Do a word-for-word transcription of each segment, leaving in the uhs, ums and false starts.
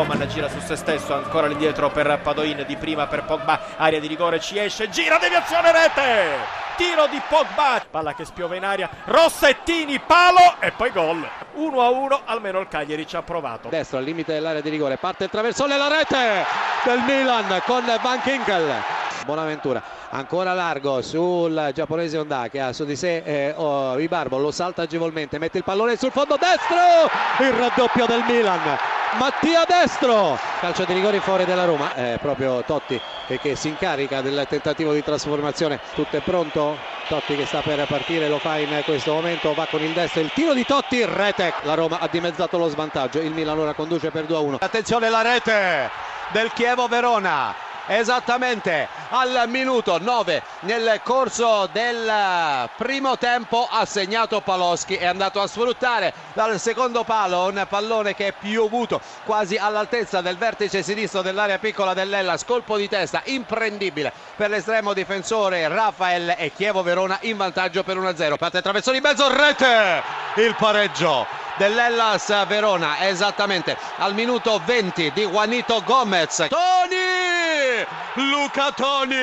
Coman gira su se stesso, ancora l'indietro per Padoin, di prima per Pogba, area di rigore, ci esce, gira, deviazione, rete! Tiro di Pogba, palla che spiova in aria, Rossettini, palo e poi gol. uno a uno, almeno il Cagliari ci ha provato. Destro al limite dell'area di rigore, parte il traversone, la rete del Milan con Van Ginkel. Bonaventura ancora largo sul giapponese Honda che ha su di sé eh, oh, Ibarbo, lo salta agevolmente, mette il pallone sul fondo destro, il raddoppio del Milan, Mattia Destro, calcio di rigore fuori della Roma, eh, proprio Totti che, che si incarica del tentativo di trasformazione. Tutto è pronto, Totti che sta per partire, lo fa in questo momento, va con il destro, il tiro di Totti, rete, la Roma ha dimezzato lo svantaggio, il Milan ora conduce per due a uno. Attenzione, la rete del Chievo Verona esattamente al minuto nove nel corso del primo tempo ha segnato Paloschi, è andato a sfruttare dal secondo palo un pallone che è piovuto quasi all'altezza del vertice sinistro dell'area piccola dell'Hellas, colpo di testa imprendibile per l'estremo difensore Rafael e Chievo Verona in vantaggio per uno a zero. Parte traversone in mezzo, rete, il pareggio dell'Hellas Verona esattamente al minuto venti di Juanito Gomez. Toni, Luca Toni,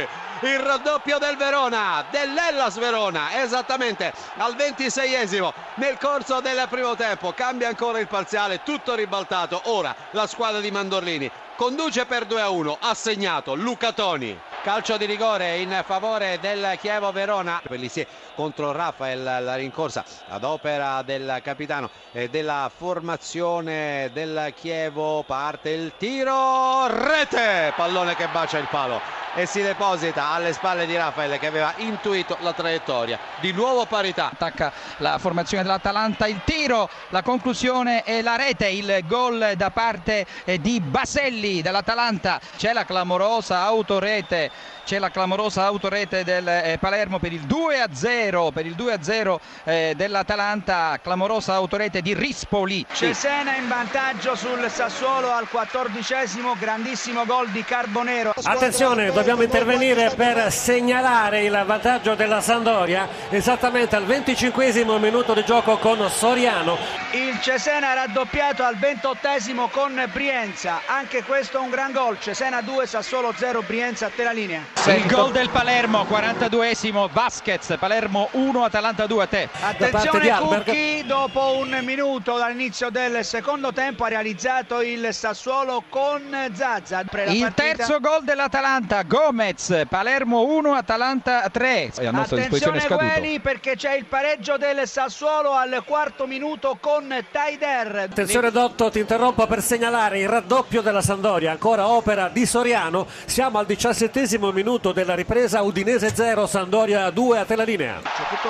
il raddoppio del Verona, dell'Hellas Verona esattamente al ventiseiesimo nel corso del primo tempo. Cambia ancora il parziale, tutto ribaltato. Ora la squadra di Mandorlini conduce per due a uno, ha segnato Luca Toni. Calcio di rigore in favore del Chievo Verona. Pellissier contro Rafael, la rincorsa ad opera del capitano e della formazione del Chievo. Parte il tiro, rete, pallone che bacia il palo e si deposita alle spalle di Rafael che aveva intuito la traiettoria. Di nuovo parità. Attacca la formazione dell'Atalanta, il tiro, la conclusione e la rete, il gol da parte di Baselli dell'Atalanta. C'è la clamorosa autorete, c'è la clamorosa autorete del eh, Palermo per il due a zero, per il due a zero eh, dell'Atalanta, clamorosa autorete di Rispoli. Cesena in vantaggio sul Sassuolo al quattordicesimo, grandissimo gol di Carbonero. Attenzione, dobbiamo intervenire per segnalare il vantaggio della Sampdoria esattamente al venticinquesimo minuto di gioco con Soriano. Il Cesena raddoppiato al ventottesimo con Brienza, anche questo un gran gol. Cesena due, Sassuolo zero, Brienza a te la linea. Il gol del Palermo, quarantaduesimo, Vasquez, Palermo uno, Atalanta due, a te. Attenzione, Cucchi dopo un minuto dall'inizio del secondo tempo ha realizzato il Sassuolo con Zaza. Il terzo gol dell'Atalanta, Gomez, Palermo uno, Atalanta tre. Attenzione Gueli perché c'è il pareggio del Sassuolo al quarto minuto con Taider. Attenzione Dotto, ti interrompo per segnalare il raddoppio della Sampdoria, ancora opera di Soriano. Siamo al diciassettesimo minuto della ripresa, Udinese zero, Sampdoria due, a te la linea.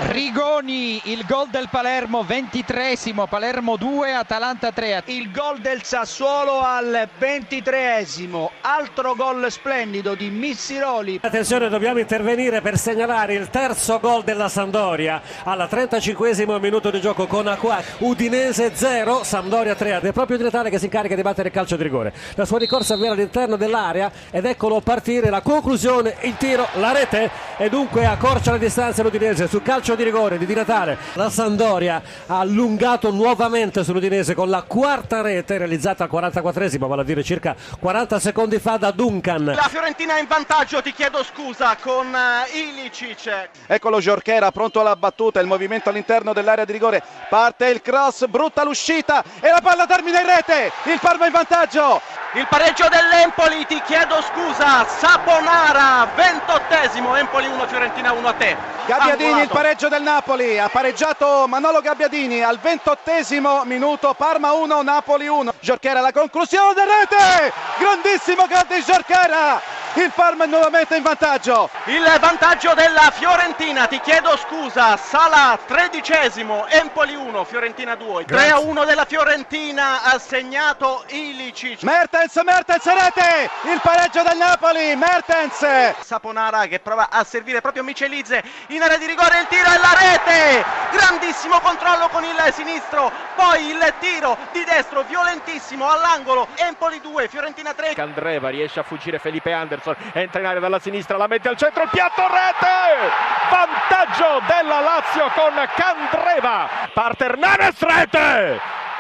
Rigoni, il gol del Palermo, ventitreesimo, Palermo due, Atalanta tre. Il gol del Sassuolo al ventitreesimo, altro gol splendido di Missiroli. Attenzione, dobbiamo intervenire per segnalare il terzo gol della Sampdoria al trentacinquesimo minuto di gioco con Acqua. Udinese zero, Sampdoria tre. È proprio Di Natale che si incarica di battere il calcio di rigore. La sua ricorsa avviene all'interno dell'area ed eccolo partire la conclusione, il tiro, la rete e dunque accorcia la distanza l'Udinese sul calcio di rigore di Di Natale. La Sampdoria ha allungato nuovamente sull'Udinese con la quarta rete realizzata al quarantaquattresimo, vale a dire circa quaranta secondi fa da Duncan. La Fiorentina è in vantaggio, ti chiedo scusa, con uh, Ilicic. Eccolo Jorquera pronto alla battuta, il movimento all'interno dell'area di rigore, parte il cross, brutta l'uscita e la palla termina in rete, il Parma in vantaggio. Il pareggio dell'Empoli, ti chiedo scusa, Saponara, ventottesimo, Empoli uno, Fiorentina uno, a te. Gabbiadini, il pareggio del Napoli, ha pareggiato Manolo Gabbiadini al ventottesimo minuto, Parma uno, Napoli uno. Jorquera la conclusione della rete, grandissimo gol di Jorquera. Il Parma è nuovamente in vantaggio. Il vantaggio della Fiorentina, ti chiedo scusa, Sala tredicesimo, Empoli uno, Fiorentina due. tre a uno della Fiorentina, ha segnato Ilicic. Mertens, Mertens, rete, il pareggio del Napoli, Mertens. Saponara che prova a servire proprio Michelidze in area di rigore, il tiro e la rete. Grandissimo controllo con il sinistro, poi il tiro di destro violentissimo all'angolo. Empoli due, Fiorentina tre. Candreva riesce a fuggire Felipe Anderson, entra in area dalla sinistra, la mette al centro, il piatto, rete! Vantaggio della Lazio con Candreva, parte Hernanes, rete!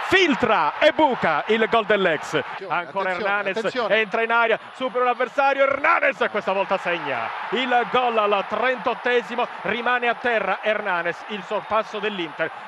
filtra e buca il gol dell'ex. Ancora Hernanes, attenzione. entra in aria, supera l'avversario, Hernanes questa volta segna il gol al trentottesimo, rimane a terra Hernanes, il sorpasso dell'Inter.